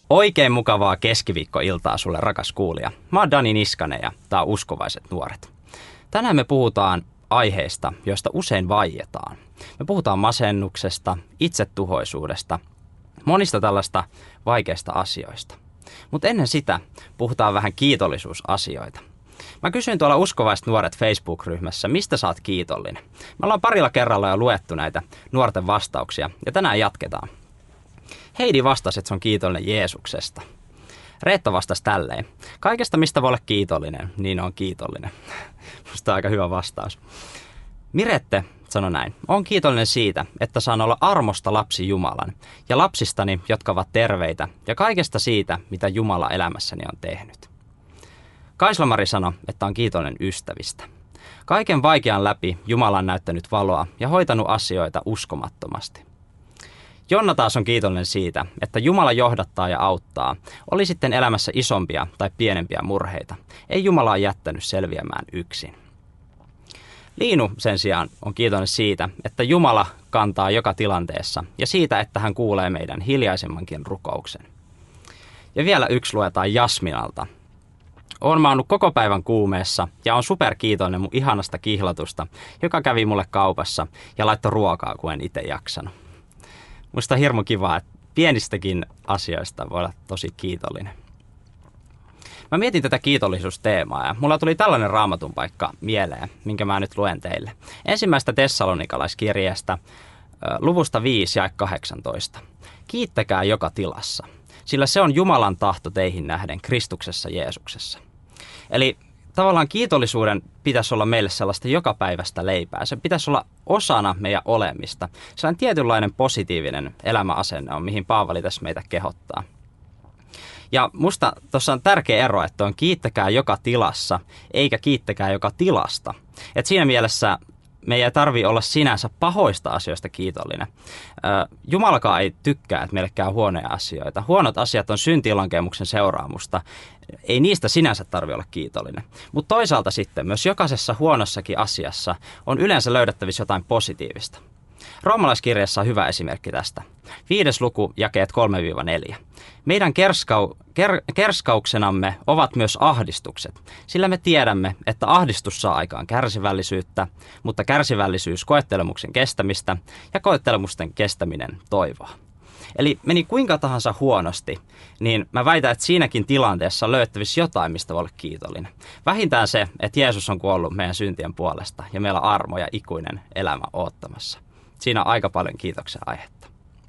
Oikein mukavaa keskiviikkoiltaa sulle, rakas kuulija. Mä oon Dani Niskanen ja tää on Uskovaiset nuoret. Tänään me puhutaan aiheista, joista usein vaietaan. Me puhutaan masennuksesta, itsetuhoisuudesta, monista tällaista vaikeista asioista. Mutta ennen sitä puhutaan vähän kiitollisuusasioita. Mä kysyin tuolla Uskovaiset nuoret Facebook-ryhmässä, mistä sä oot kiitollinen. Me ollaan parilla kerralla jo luettu näitä nuorten vastauksia ja tänään jatketaan. Heidi vastasi, että se on kiitollinen Jeesuksesta. Reetta vastasi tälleen. Kaikesta, mistä voi olla kiitollinen, niin on kiitollinen. Musta on aika hyvä vastaus. Mirette sanoi näin. Olen kiitollinen siitä, että saan olla armosta lapsi Jumalan ja lapsistani, jotka ovat terveitä ja kaikesta siitä, mitä Jumala elämässäni on tehnyt. Kaislamari sanoi, että on kiitollinen ystävistä. Kaiken vaikean läpi Jumala on näyttänyt valoa ja hoitanut asioita uskomattomasti. Jonna taas on kiitollinen siitä, että Jumala johdattaa ja auttaa, oli sitten elämässä isompia tai pienempiä murheita. Ei Jumala ole jättänyt selviämään yksin. Liinu sen sijaan on kiitollinen siitä, että Jumala kantaa joka tilanteessa ja siitä, että hän kuulee meidän hiljaisemmankin rukouksen. Ja vielä yksi luetaan Jasminalta. Olen maannut koko päivän kuumeessa ja on superkiitollinen mun ihanasta kihlatusta, joka kävi mulle kaupassa ja laittoi ruokaa, kun en itse jaksanut. Musta on hirmu kivaa, että pienistäkin asioista voi olla tosi kiitollinen. Mä mietin tätä kiitollisuusteemaa ja mulla tuli tällainen raamatun paikka mieleen, minkä mä nyt luen teille. Ensimmäistä Tessalonikalaiskirjeestä luvusta 5 ja 18. Kiittäkää joka tilassa, sillä se on Jumalan tahto teihin nähden Kristuksessa Jeesuksessa. Eli tavallaan kiitollisuuden pitäisi olla meille sellaista jokapäiväistä leipää. Se pitäisi olla osana meidän olemista. Sellainen tietynlainen positiivinen elämäasenne on, mihin Paavali tässä meitä kehottaa. Ja musta tuossa on tärkeä ero, että on kiittäkää joka tilassa, eikä kiittäkää joka tilasta. Et siinä mielessä meidän ei tarvitse olla sinänsä pahoista asioista kiitollinen. Jumalakaan ei tykkää, että meille käy huonoja asioita. Huonot asiat on syntilankemuksen seuraamusta. Ei niistä sinänsä tarvitse olla kiitollinen. Mutta toisaalta sitten myös jokaisessa huonossakin asiassa on yleensä löydettävissä jotain positiivista. Roomalaiskirjassa on hyvä esimerkki tästä. 5. luku, jakeet 3-4. Meidän kerskauksenamme ovat myös ahdistukset, sillä me tiedämme, että ahdistus saa aikaan kärsivällisyyttä, mutta kärsivällisyys koettelemuksen kestämistä ja koettelemusten kestäminen toivoa. Eli meni kuinka tahansa huonosti, niin mä väitän, että siinäkin tilanteessa on löydettävissä jotain, mistä voi olla kiitollinen. Vähintään se, että Jeesus on kuollut meidän syntien puolesta ja meillä on armo ja ikuinen elämä oottamassa. Siinä on aika paljon kiitoksen aihetta.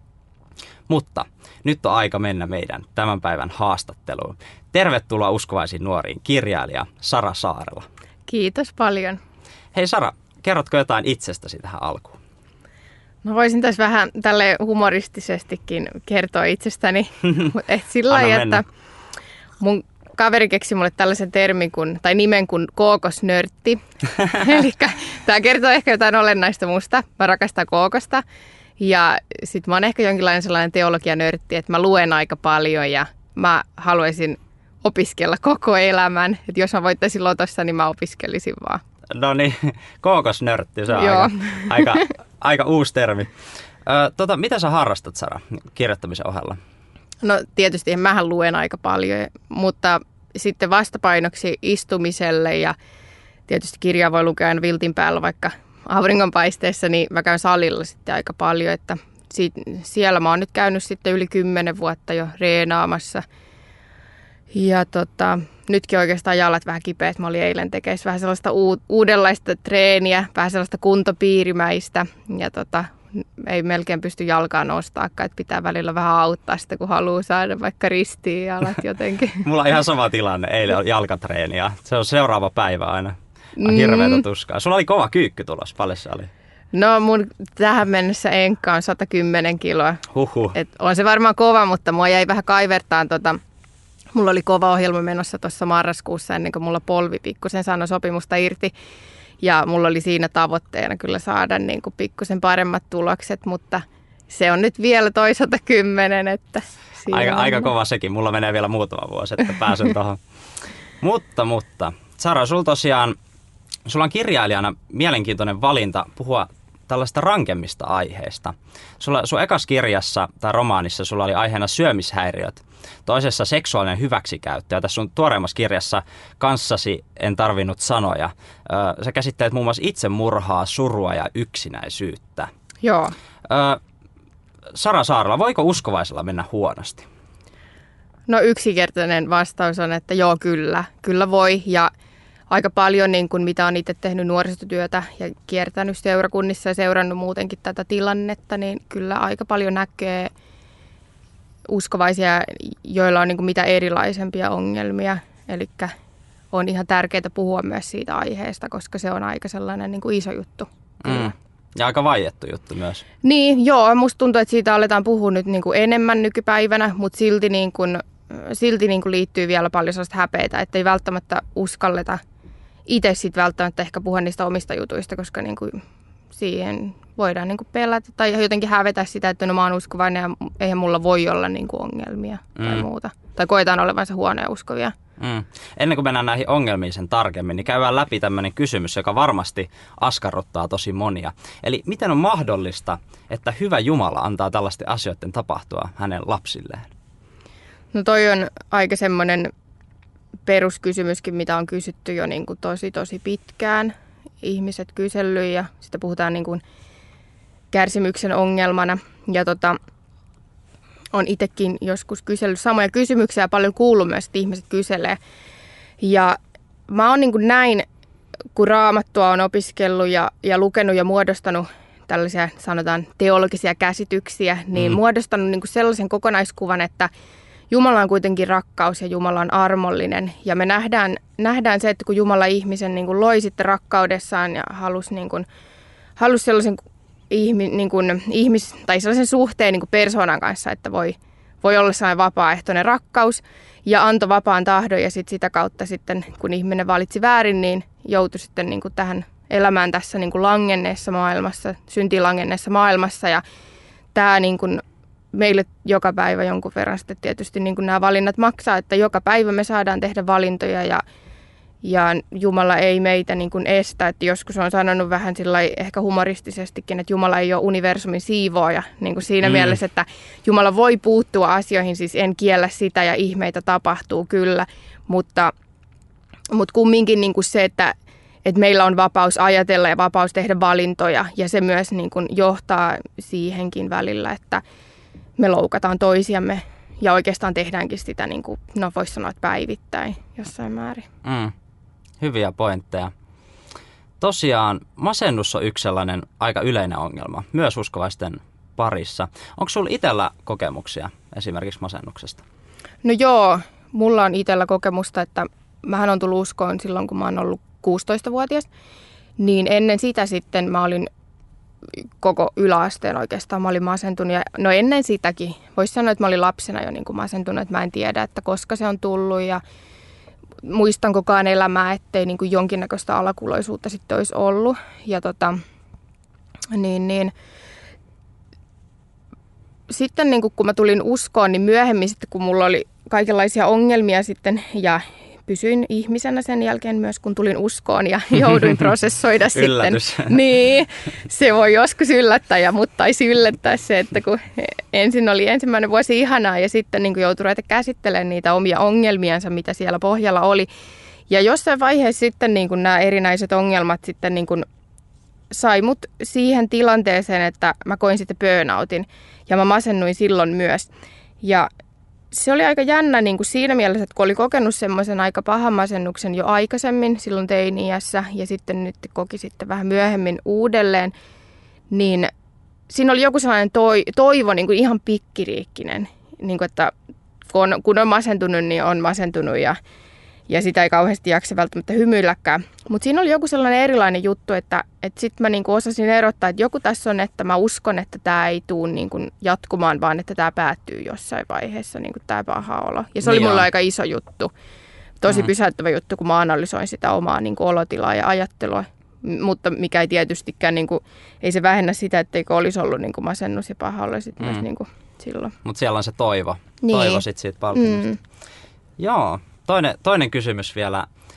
Mutta nyt on aika mennä meidän tämän päivän haastatteluun. Tervetuloa Uskovaisiin nuoriin, kirjailija Sara Saarela. Kiitos paljon. Hei Sara, kerrotko jotain itsestäsi tähän alkuun? No voisin tässä vähän tälle humoristisestikin kertoa itsestäni. Sillä lailla, että mun kaveri keksi mulle tällaisen nimen kuin kookosnörtti. Eli tämä kertoo ehkä jotain olennaista musta. Mä rakastan kookosta. Ja sit mä oon ehkä jonkinlainen sellainen teologianörtti, että mä luen aika paljon ja mä haluaisin opiskella koko elämän. Että jos mä voittaisin lotossa, niin mä opiskelisin vaan. No niin, kookosnörtti, se on aika uusi termi. Mitä sä harrastat, Sara, kirjoittamisen ohella? No tietysti mähän luen aika paljon, mutta sitten vastapainoksi istumiselle ja tietysti kirjaa voi lukea aina viltin päällä vaikka auringonpaisteessa, niin mä käyn salilla sitten aika paljon, että siellä mä oon nyt käynyt sitten yli 10 vuotta jo reenaamassa. Ja nytkin oikeastaan jalat vähän kipeät. Mä olin eilen tekemässä vähän sellaista uudenlaista treeniä, vähän sellaista kuntopiirimäistä. Ja ei melkein pysty jalkaa nostaakaan, että pitää välillä vähän auttaa sitä, kun haluaa saada vaikka ristiin jalat jotenkin. Mulla on ihan sama tilanne. Eilen on jalkatreeniä. Se on seuraava päivä aina. On hirveätä tuskaa. Sulla oli kova kyykky tulos. Paljon se oli? No mun tähän mennessä enkka on 110 kiloa. Et on se varmaan kova, mutta mua jäi vähän kaivertaan. Mulla oli kova ohjelma menossa tuossa marraskuussa ennen kuin mulla polvi pikkusen sanoi sopimusta irti. Ja mulla oli siinä tavoitteena kyllä saada niin kuin pikkusen paremmat tulokset, mutta se on nyt vielä toisaalta 10. Että aika kova sekin. Mulla menee vielä muutama vuosi, että pääsen tuohon. Mutta Sara, sulla on kirjailijana mielenkiintoinen valinta puhua tällaista rankemmista aiheista. Sun ekas kirjassa tai romaanissa sulla oli aiheena syömishäiriöt, toisessa seksuaalinen hyväksikäyttö. Ja tässä sun tuoreimmassa kirjassa Kanssasi en tarvinnut sanoja. Sä käsittelet muun muassa itsemurhaa, surua ja yksinäisyyttä. Joo. Sara Saarela, voiko uskovaisella mennä huonosti? No yksinkertainen vastaus on, että joo, kyllä voi. Ja aika paljon, niin kuin mitä on itse tehnyt nuorisotyötä ja kiertänyt seurakunnissa ja seurannut muutenkin tätä tilannetta, niin kyllä aika paljon näkee uskovaisia, joilla on niin kuin mitä erilaisempia ongelmia. Eli on ihan tärkeää puhua myös siitä aiheesta, koska se on aika sellainen niin kuin iso juttu. Kyllä. Ja aika vaiettu juttu myös. Niin, joo. Musta tuntuu, että siitä aletaan puhua nyt niin kuin enemmän nykypäivänä, mutta silti liittyy vielä paljon sellaista häpeätä, että ei välttämättä uskalleta itse sitten välttämättä ehkä puhua niistä omista jutuista, koska niin kuin siihen voidaan niin kuin pelätä tai jotenkin hävetä sitä, että no mä oon uskovainen ja eihän mulla voi olla niin kuin ongelmia tai muuta. Tai koetaan olevansa huonoja uskovia. Ennen kuin mennään näihin ongelmiin sen tarkemmin, niin käydään läpi tämmöinen kysymys, joka varmasti askarruttaa tosi monia. Eli miten on mahdollista, että hyvä Jumala antaa tällaisten asioiden tapahtua hänen lapsilleen? No toi on aika semmoinen peruskysymyskin, mitä on kysytty jo niin kuin tosi pitkään. Ihmiset kysellyt ja sitä puhutaan niin kuin kärsimyksen ongelmana. Ja on itsekin joskus kysellyt samoja kysymyksiä ja paljon kuullut myös, että ihmiset kyselee. Ja mä oon niin kuin näin, kun Raamattua on opiskellut ja lukenut ja muodostanut tällaisia sanotaan teologisia käsityksiä, niin muodostanut niin kuin sellaisen kokonaiskuvan, että Jumala on kuitenkin rakkaus ja Jumala on armollinen. Ja me nähdään se, että kun Jumala ihmisen niin kuin loi sitten rakkaudessaan ja halusi sellaisen tai sellaisen suhteen niin kuin persoonan kanssa, että voi olla sellainen vapaaehtoinen rakkaus ja antoi vapaan tahdon ja sitä kautta sitten, kun ihminen valitsi väärin, niin joutui sitten niin kuin tähän elämään tässä niin kuin langenneessa maailmassa, syntilangenneessa maailmassa ja tämä niin kuin meille joka päivä jonkun verran sitten tietysti niin kuin nämä valinnat maksaa, että joka päivä me saadaan tehdä valintoja ja Jumala ei meitä niin kuin estä. Että joskus on sanonut vähän sillai ehkä humoristisestikin, että Jumala ei ole universumin siivooja niin kuin siinä mielessä, että Jumala voi puuttua asioihin, siis en kiellä sitä ja ihmeitä tapahtuu kyllä, mutta kumminkin niin kuin se, että meillä on vapaus ajatella ja vapaus tehdä valintoja ja se myös niin kuin johtaa siihenkin välillä, että me loukataan toisiamme ja oikeastaan tehdäänkin sitä, niin kuin, no voisi sanoa, että päivittäin jossain määrin. Hyviä pointteja. Tosiaan masennus on yksi sellainen aika yleinen ongelma, myös uskovaisten parissa. Onko sinulla itsellä kokemuksia esimerkiksi masennuksesta? No joo, mulla on itsellä kokemusta, että mähän on tullut uskoon silloin, kun mä oon ollut 16-vuotias. Niin ennen sitä sitten mä olin koko yläasteen oikeastaan. Mä olin masentunut ja no ennen sitäkin. Voisi sanoa, että mä olin lapsena jo niin kuin masentunut, että mä en tiedä, että koska se on tullut ja muistankokaan elämää, ettei niin kuin jonkinnäköistä alakuloisuutta sitten olisi ollut. Ja sitten niin kuin kun mä tulin uskoon, niin myöhemmin sitten kun mulla oli kaikenlaisia ongelmia sitten ja pysyin ihmisenä sen jälkeen myös, kun tulin uskoon ja jouduin prosessoida sitten. Niin, se voi joskus yllättää, mutta taisi yllättää se, että kun ensin oli ensimmäinen vuosi ihanaa ja sitten niin joutui ruveta käsittelemään niitä omia ongelmiansa, mitä siellä pohjalla oli. Ja jossain vaiheessa sitten niin nämä erinäiset ongelmat sitten niin sai mut siihen tilanteeseen, että mä koin sitten burnoutin ja mä masennuin silloin myös. Ja se oli aika jännä niin kuin siinä mielessä, että kun oli kokenut semmoisen aika pahan masennuksen jo aikaisemmin, silloin teini-iässä ja sitten nyt koki sitten vähän myöhemmin uudelleen, niin siinä oli joku sellainen toivo niin kuin ihan pikkiriikkinen, niin kuin, että kun on masentunut, niin on masentunut ja sitä ei kauheasti jaksa välttämättä hymyilläkään. Mutta siinä oli joku sellainen erilainen juttu, että sitten mä niinku osasin erottaa, että joku tässä on, että mä uskon, että tämä ei tule niinku jatkumaan, vaan että tämä päättyy jossain vaiheessa, niinku tämä paha olo. Ja se oli mulle aika iso juttu, tosi pysäyttävä juttu, kun mä analysoin sitä omaa niinku olotilaa ja ajattelua. Mutta mikä ei tietystikään, niinku, ei se vähennä sitä, etteikö olisi ollut niinku masennus ja paha olo sitten myös niinku silloin. Mutta siellä on se toivo. Niin. Toivo sitten siitä palkinnosta. Joo. Toinen kysymys vielä.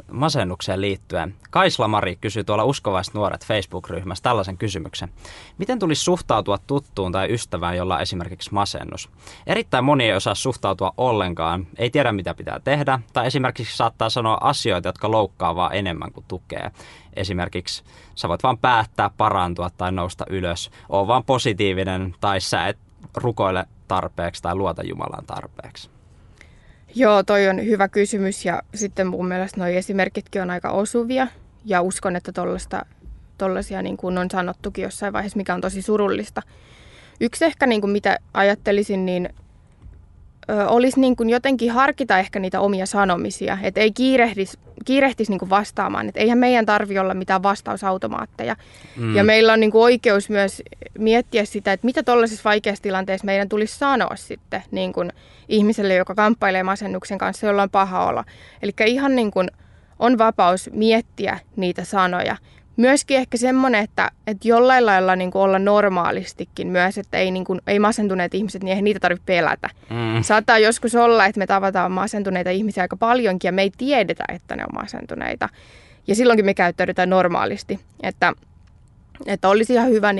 masennukseen liittyen. Kaisla-Mari kysyy tuolla Uskovaiset nuoret Facebook-ryhmässä tällaisen kysymyksen. Miten tulisi suhtautua tuttuun tai ystävään, jolla on esimerkiksi masennus? Erittäin moni ei osaa suhtautua ollenkaan, ei tiedä mitä pitää tehdä, tai esimerkiksi saattaa sanoa asioita, jotka loukkaa vaan enemmän kuin tukee. Esimerkiksi sä voit vaan päättää parantua tai nousta ylös, oo vaan positiivinen tai sä et rukoile tarpeeksi tai luota Jumalan tarpeeksi. Joo, toi on hyvä kysymys ja sitten mun mielestä nuo esimerkitkin on aika osuvia ja uskon, että tollaisia niin kuin on sanottukin jossain vaiheessa, mikä on tosi surullista. Yksi ehkä niin kuin mitä ajattelisin, niin olisi niin kuin jotenkin harkita ehkä niitä omia sanomisia, että ei kiirehtisi niin kuin vastaamaan, että eihän meidän tarvitse olla mitään vastausautomaatteja. Ja meillä on niin kuin oikeus myös miettiä sitä, että mitä tuollaisessa vaikeassa tilanteessa meidän tulisi sanoa sitten niin kuin ihmiselle, joka kamppailee masennuksen kanssa, jolla on paha olo. Eli ihan niin kuin on vapaus miettiä niitä sanoja. Myöskin ehkä semmoinen, että jollain lailla niin kuin olla normaalistikin myös, että ei masentuneet ihmiset, niin eihän niitä tarvitse pelätä. Saattaa joskus olla, että me tavataan masentuneita ihmisiä aika paljonkin ja me ei tiedetä, että ne on masentuneita. Ja silloinkin me käyttäydytään normaalisti. Että olisi ihan hyvä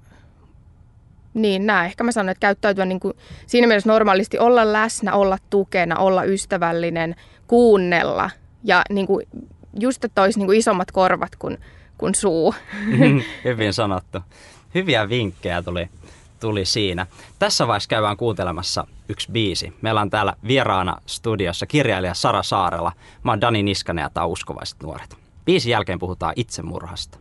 ehkä mä sanon, että käyttäytyä niin kuin siinä mielessä normaalisti, olla läsnä, olla tukena, olla ystävällinen, kuunnella ja niin kuin, just, että olisi niin kuin isommat korvat kuin suu. Hyvin sanottu. Hyviä vinkkejä tuli siinä. Tässä vaiheessa käydään kuuntelemassa yksi biisi. Meillä on täällä vieraana studiossa kirjailija Sara Saarela. Mä oon Dani Niskanen ja tää on Uskovaiset nuoret. Biisin jälkeen puhutaan itsemurhasta.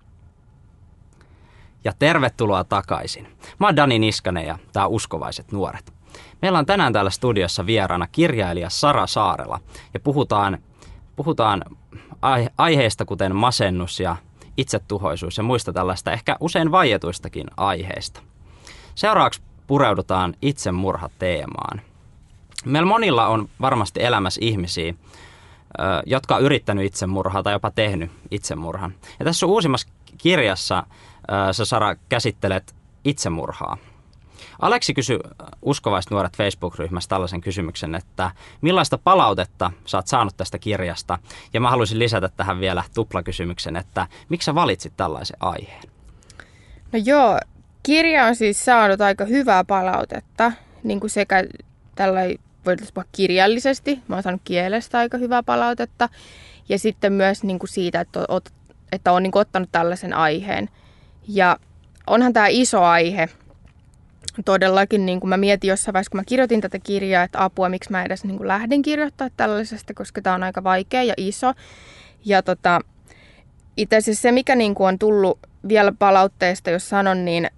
Ja tervetuloa takaisin. Mä oon Dani Niskanen ja tää on Uskovaiset nuoret. Meillä on tänään täällä studiossa vieraana kirjailija Sara Saarela ja puhutaan aiheista kuten masennus ja itsetuhoisuus ja muista tällaista ehkä usein vaietuistakin aiheista. Seuraavaksi pureudutaan itsemurhateemaan. Meillä monilla on varmasti elämässä ihmisiä, jotka on yrittänyt itsemurhaa tai jopa tehnyt itsemurhan. Ja tässä sun uusimmassa kirjassa sä, Sara, käsittelet itsemurhaa. Aleksi kysyi Uskovaiset nuoret Facebook-ryhmässä tällaisen kysymyksen, että millaista palautetta sä oot saanut tästä kirjasta? Ja mä haluaisin lisätä tähän vielä tuplakysymyksen, että miksi sä valitsit tällaisen aiheen? No joo, kirja on siis saanut aika hyvää palautetta, niin kuin sekä tällainen, voitaisiin puhua kirjallisesti, mä oon saanut kielestä aika hyvää palautetta, ja sitten myös niin kuin siitä, että on niin kuin ottanut tällaisen aiheen. Ja onhan tämä iso aihe. Todellakin, niin kuin mä mietin jossain vaiheessa, kun mä kirjoitin tätä kirjaa, että apua, miksi mä edes niin kuin lähdin kirjoittaa tällaisesta, koska tämä on aika vaikea ja iso. Ja itse asiassa se, mikä niin kuin on tullut vielä palautteesta, jos sanon, niin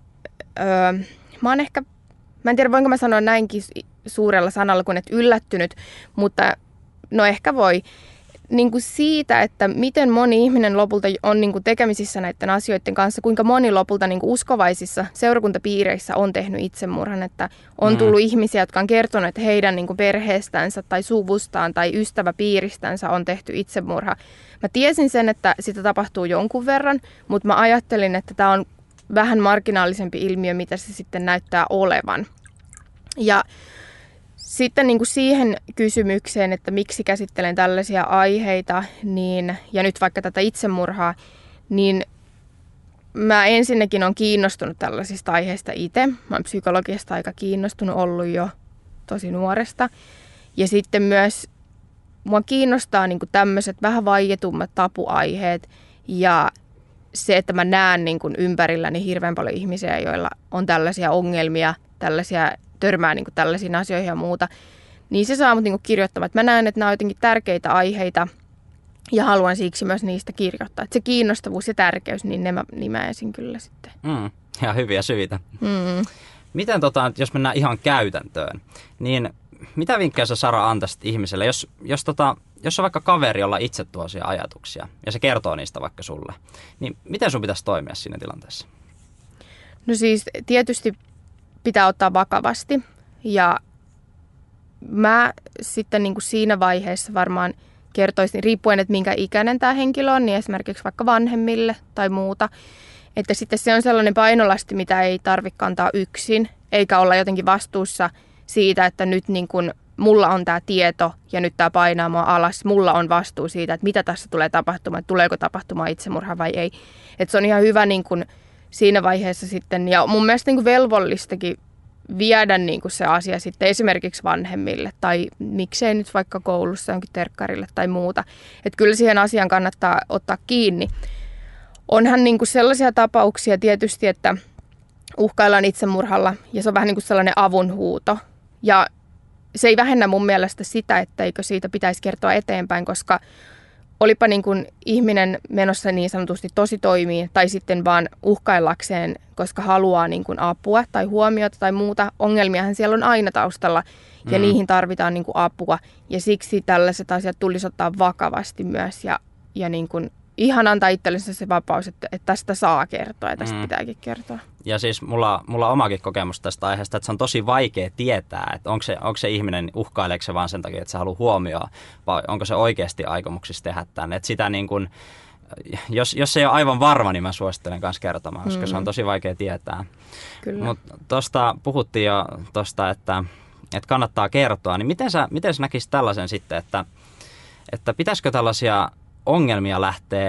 mä en tiedä voinko mä sanoa näinkin suurella sanalla kuin, että yllättynyt, mutta no ehkä voi. Niin kuin siitä, että miten moni ihminen lopulta on niin kuin tekemisissä näiden asioiden kanssa, kuinka moni lopulta niin kuin uskovaisissa seurakuntapiireissä on tehnyt itsemurhan, että on tullut ihmisiä, jotka on kertonut, että heidän niin kuin perheestänsä tai suvustaan tai ystäväpiiristänsä on tehty itsemurha. Mä tiesin sen, että sitä tapahtuu jonkun verran, mutta mä ajattelin, että tämä on vähän marginaalisempi ilmiö, mitä se sitten näyttää olevan. Ja sitten niin kuin siihen kysymykseen, että miksi käsittelen tällaisia aiheita, ja nyt vaikka tätä itsemurhaa, niin mä ensinnäkin olen kiinnostunut tällaisista aiheista itse. Mä olen psykologiasta aika kiinnostunut ollut jo tosi nuoresta. Ja sitten myös mua kiinnostaa niin kuin tämmöiset vähän vaietummat tapuaiheet ja se, että mä näen niin kuin ympärilläni hirveän paljon ihmisiä, joilla on tällaisia ongelmia, törmää niin kuin tällaisiin asioihin ja muuta, niin se saa mut niin kuin kirjoittamaan. Mä näen, että nämä on jotenkin tärkeitä aiheita ja haluan siksi myös niistä kirjoittaa. Että se kiinnostavuus ja tärkeys, niin ne mä nimeäisin kyllä sitten. Ja hyviä syitä. Miten jos mennään ihan käytäntöön, niin mitä vinkkejä sä, Sara, antaisit ihmiselle, jos on vaikka kaveri, jolla itse tuosia ajatuksia ja se kertoo niistä vaikka sulle, niin miten sun pitäisi toimia siinä tilanteessa? No siis tietysti pitää ottaa vakavasti ja mä sitten niin kuin siinä vaiheessa varmaan kertoisin, riippuen, että minkä ikäinen tämä henkilö on, niin esimerkiksi vaikka vanhemmille tai muuta, että sitten se on sellainen painolasti, mitä ei tarvitse kantaa yksin, eikä olla jotenkin vastuussa siitä, että nyt niin kuin mulla on tämä tieto ja nyt tämä painaa mua alas. Mulla on vastuu siitä, että mitä tässä tulee tapahtumaan, että tuleeko tapahtumaan itsemurha vai ei. Että se on ihan hyvä niin kuin siinä vaiheessa sitten, ja mun mielestä niin kuin velvollistakin viedä niin kuin se asia sitten esimerkiksi vanhemmille tai miksei nyt vaikka koulussa jonkin terkkarille tai muuta. Että kyllä siihen asiaan kannattaa ottaa kiinni. Onhan niin kuin sellaisia tapauksia tietysti, että uhkaillaan itsemurhalla ja se on vähän niin kuin sellainen avunhuuto. Ja se ei vähennä mun mielestä sitä, etteikö siitä pitäisi kertoa eteenpäin, koska olipa niin kuin ihminen menossa niin sanotusti tosi toimiin tai sitten vaan uhkaillakseen, koska haluaa niin kuin apua tai huomiota tai muuta. Ongelmiahan siellä on aina taustalla ja niihin tarvitaan niin kuin apua. Ja siksi tällaiset asiat tulisi ottaa vakavasti myös ja niin kuin ihan antaa itsellensä se vapaus, että tästä saa kertoa ja tästä pitääkin kertoa. Ja siis mulla on omakin kokemus tästä aiheesta, että se on tosi vaikea tietää, että onko se ihminen, uhkaileeko se vaan sen takia, että se haluaa huomioon, vai onko se oikeasti aikomuksissa tehdä tämän. Että sitä niin kuin, jos se ei ole aivan varma, niin mä suosittelen kanssa kertomaan, koska se on tosi vaikea tietää. Mutta tuosta puhuttiin jo tuosta, että kannattaa kertoa, niin miten sä näkisit tällaisen sitten, että pitäisikö tällaisia ongelmia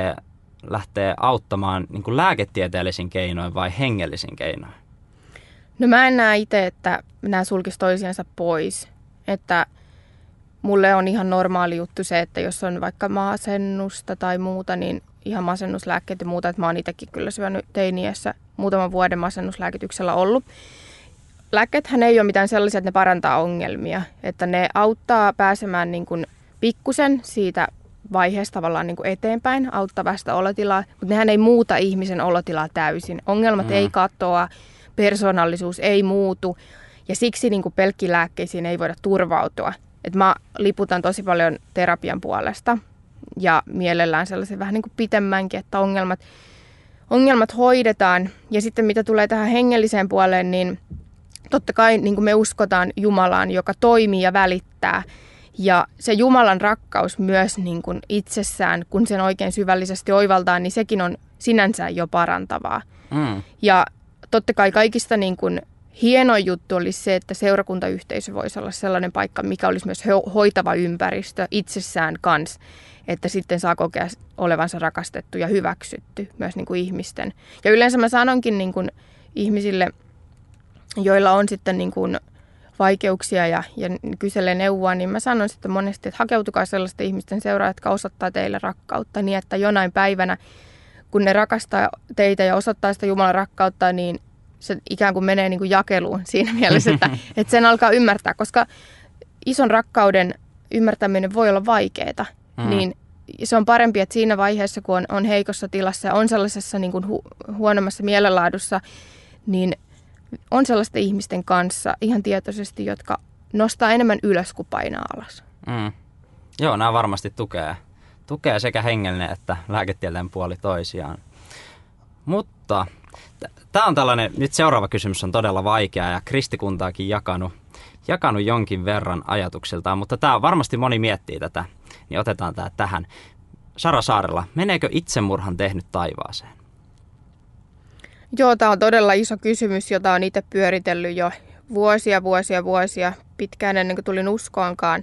lähtee auttamaan niin kuin lääketieteellisin keinoin vai hengellisin keinoin? No mä en näe itse, että nämä sulkisi toisiansa pois. Että mulle on ihan normaali juttu se, että jos on vaikka masennusta tai muuta, niin ihan masennuslääkkeet ja muuta. Että mä oon itsekin kyllä syönyt teiniässä muutaman vuoden masennuslääkityksellä ollut. Lääkkeethän ei ole mitään sellaisia, että ne parantaa ongelmia. Että ne auttaa pääsemään niin kuin pikkusen siitä vaiheessa tavallaan niin kuin eteenpäin auttavasta olotilaa, mutta nehän ei muuta ihmisen olotilaa täysin. Ongelmat ei katoa, persoonallisuus ei muutu ja siksi niin kuin pelkkiin lääkkeisiin ei voida turvautua. Et mä liputan tosi paljon terapian puolesta ja mielellään sellaisen vähän niin kuin pitemmänkin, että ongelmat hoidetaan. Ja sitten mitä tulee tähän hengelliseen puoleen, niin totta kai niin kuin me uskotaan Jumalaan, joka toimii ja välittää. Ja se Jumalan rakkaus myös niin kuin itsessään, kun sen oikein syvällisesti oivaltaa, niin sekin on sinänsä jo parantavaa. Ja totta kai kaikista niin kuin hienoin juttu olisi se, että seurakuntayhteisö voisi olla sellainen paikka, mikä olisi myös hoitava ympäristö itsessään kanssa, että sitten saa kokea olevansa rakastettu ja hyväksytty myös niin kuin ihmisten. Ja yleensä mä sanonkin niin kuin ihmisille, joilla on sitten niin kuin vaikeuksia ja kyselee neuvoa, niin mä sanon sitten monesti, että hakeutukaa sellaisten ihmisten seuraan, jotka osoittaa teille rakkautta, niin että jonain päivänä, kun ne rakastaa teitä ja osoittaa sitä Jumalan rakkautta, niin se ikään kuin menee niin kuin jakeluun siinä mielessä, että sen alkaa ymmärtää, koska ison rakkauden ymmärtäminen voi olla vaikeaa, niin se on parempi, että siinä vaiheessa, kun on heikossa tilassa ja on sellaisessa niin kuin huonommassa mielenlaadussa, niin on sellaisten ihmisten kanssa ihan tietoisesti, jotka nostaa enemmän ylös kuin painaa alas. Joo, nämä varmasti tukee sekä hengellinen että lääketieteen puoli toisiaan. Mutta tämä on tällainen, nyt seuraava kysymys on todella vaikea ja kristikuntaakin jakanut jonkin verran ajatuksiltaan, mutta tämä varmasti moni miettii tätä, niin otetaan tämä tähän. Sara Saarela, meneekö itsemurhan tehnyt taivaaseen? Joo, tämä on todella iso kysymys, jota on itse pyöritellyt jo vuosia, pitkään ennen kuin tulin uskoonkaan.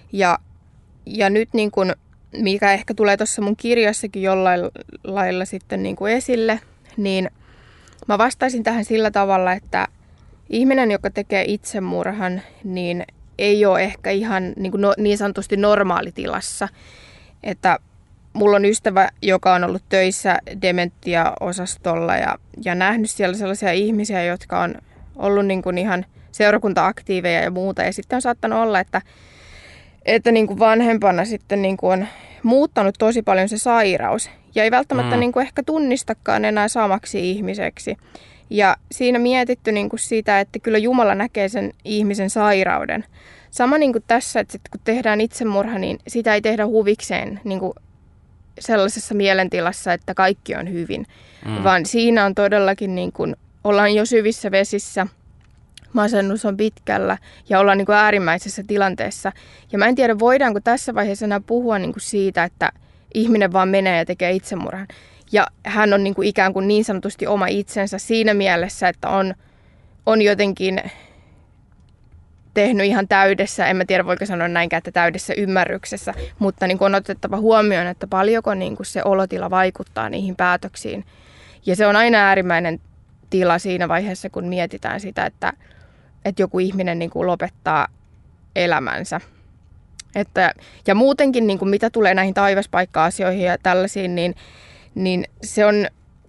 Ja nyt niin kuin, mikä ehkä tulee tuossa mun kirjassakin jollain lailla sitten niin kuin esille, niin mä vastaisin tähän sillä tavalla, että ihminen, joka tekee itsemurhan, niin ei ole ehkä ihan niin sanotusti normaalitilassa. Että mulla on ystävä, joka on ollut töissä dementia-osastolla ja nähnyt siellä sellaisia ihmisiä, jotka on ollut niin kuin ihan seurakunta-aktiiveja ja muuta. Ja sitten on saattanut olla, että niin kuin vanhempana sitten niin kuin on muuttanut tosi paljon se sairaus. Ja ei välttämättä niin kuin ehkä tunnistakaan enää samaksi ihmiseksi. Ja siinä mietitty niin kuin sitä, että kyllä Jumala näkee sen ihmisen sairauden. Sama niin kuin tässä, että kun tehdään itsemurha, niin sitä ei tehdä huvikseen niin kuin sellaisessa mielentilassa, että kaikki on hyvin. Vaan siinä on todellakin, niin kuin, ollaan jo syvissä vesissä, masennus on pitkällä ja ollaan niin kuin äärimmäisessä tilanteessa. Ja mä en tiedä, voidaanko tässä vaiheessa enää puhua niin kuin siitä, että ihminen vaan menee ja tekee itsemurhan. Ja hän on niin kuin ikään kuin niin sanotusti oma itsensä siinä mielessä, että on jotenkin tehnyt ihan täydessä, en mä tiedä voiko sanoa näinkään, että täydessä ymmärryksessä, mutta niin kuin on otettava huomioon, että paljonko niin kuin se olotila vaikuttaa niihin päätöksiin. Ja se on aina äärimmäinen tila siinä vaiheessa, kun mietitään sitä, että joku ihminen niin kuin lopettaa elämänsä. Ja muutenkin, niin kuin mitä tulee näihin taivaspaikka-asioihin ja tällaisiin, niin se on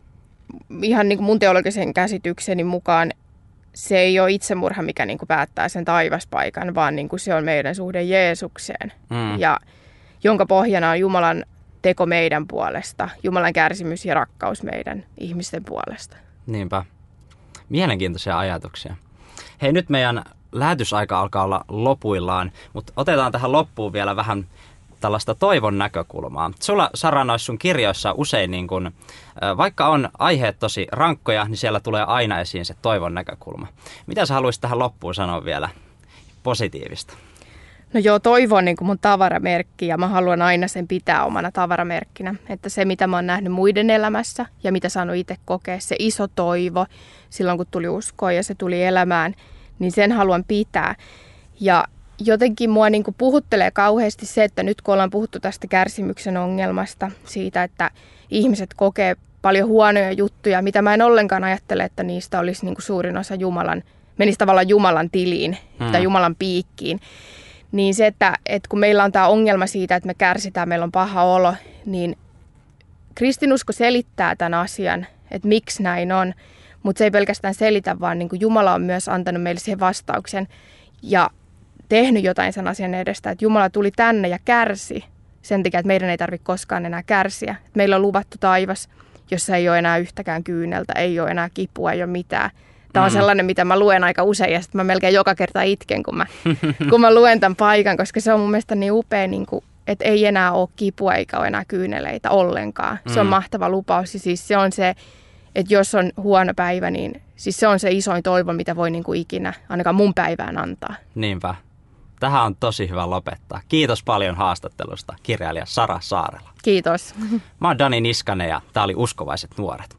ihan niin kuin mun teologisen käsitykseni mukaan se ei ole itsemurha, mikä niin kuin päättää sen taivaspaikan, vaan niin kuin se on meidän suhde Jeesukseen, ja jonka pohjana on Jumalan teko meidän puolesta, Jumalan kärsimys ja rakkaus meidän ihmisten puolesta. Niinpä. Mielenkiintoisia ajatuksia. Hei, nyt meidän lähetysaika alkaa olla lopuillaan, mutta otetaan tähän loppuun vielä vähän tällaista toivon näkökulmaa. Sulla, Sara, noissa sun kirjoissa usein, niin kun, vaikka on aiheet tosi rankkoja, niin siellä tulee aina esiin se toivon näkökulma. Mitä sä haluaisit tähän loppuun sanoa vielä positiivista? No joo, toivo on niin kuin mun tavaramerkki ja mä haluan aina sen pitää omana tavaramerkkinä. Että se, mitä mä oon nähnyt muiden elämässä ja mitä saanut itse kokea, se iso toivo silloin, kun tuli uskoa ja se tuli elämään, niin sen haluan pitää. Ja jotenkin mua niin kuin puhuttelee kauheasti se, että nyt kun ollaan puhuttu tästä kärsimyksen ongelmasta, siitä, että ihmiset kokee paljon huonoja juttuja, mitä mä en ollenkaan ajattele, että niistä olisi niin kuin suurin osa menisi tavallaan Jumalan tiliin tai Jumalan piikkiin. Niin se, että kun meillä on tämä ongelma siitä, että me kärsitään, meillä on paha olo, niin kristinusko selittää tämän asian, että miksi näin on. Mutta se ei pelkästään selitä, vaan niin kuin Jumala on myös antanut meille siihen vastauksen ja tehnyt jotain sen asian edestä, että Jumala tuli tänne ja kärsi sen takia, että meidän ei tarvitse koskaan enää kärsiä. Meillä on luvattu taivas, jossa ei ole enää yhtäkään kyyneltä, ei ole enää kipua, ei ole mitään. Tämä on sellainen, mitä mä luen aika usein ja sitten mä melkein joka kerta itken, kun mä luen tämän paikan, koska se on mun mielestä niin upea, niin kuin, että ei enää ole kipua eikä ole enää kyyneleitä ollenkaan. Se on mahtava lupaus ja siis se on se, että jos on huono päivä, niin siis se on se isoin toivo, mitä voi niin kuin ikinä ainakaan mun päivään antaa. Niinpä. Tähän on tosi hyvä lopettaa. Kiitos paljon haastattelusta, kirjailija Sara Saarela. Kiitos. Mä oon Dani Niskanen ja tää oli Uskovaiset nuoret.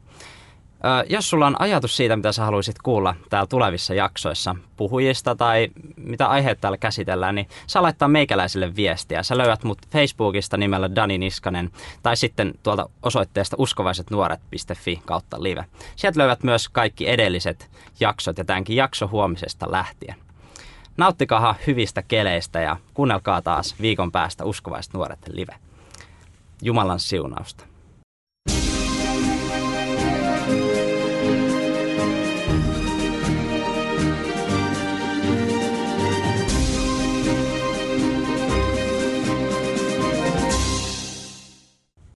Jos sulla on ajatus siitä, mitä sä haluaisit kuulla täällä tulevissa jaksoissa puhujista tai mitä aiheet täällä käsitellään, niin saa laittaa meikäläiselle viestiä. Sä löydät mut Facebookista nimellä Dani Niskanen tai sitten tuolta osoitteesta uskovaisetnuoret.fi/live. Sieltä löydät myös kaikki edelliset jaksot ja tämänkin jakso huomisesta lähtien. Nauttikaahan hyvistä keleistä ja kuunnelkaa taas viikon päästä Uskovaiset nuoret live. Jumalan siunausta.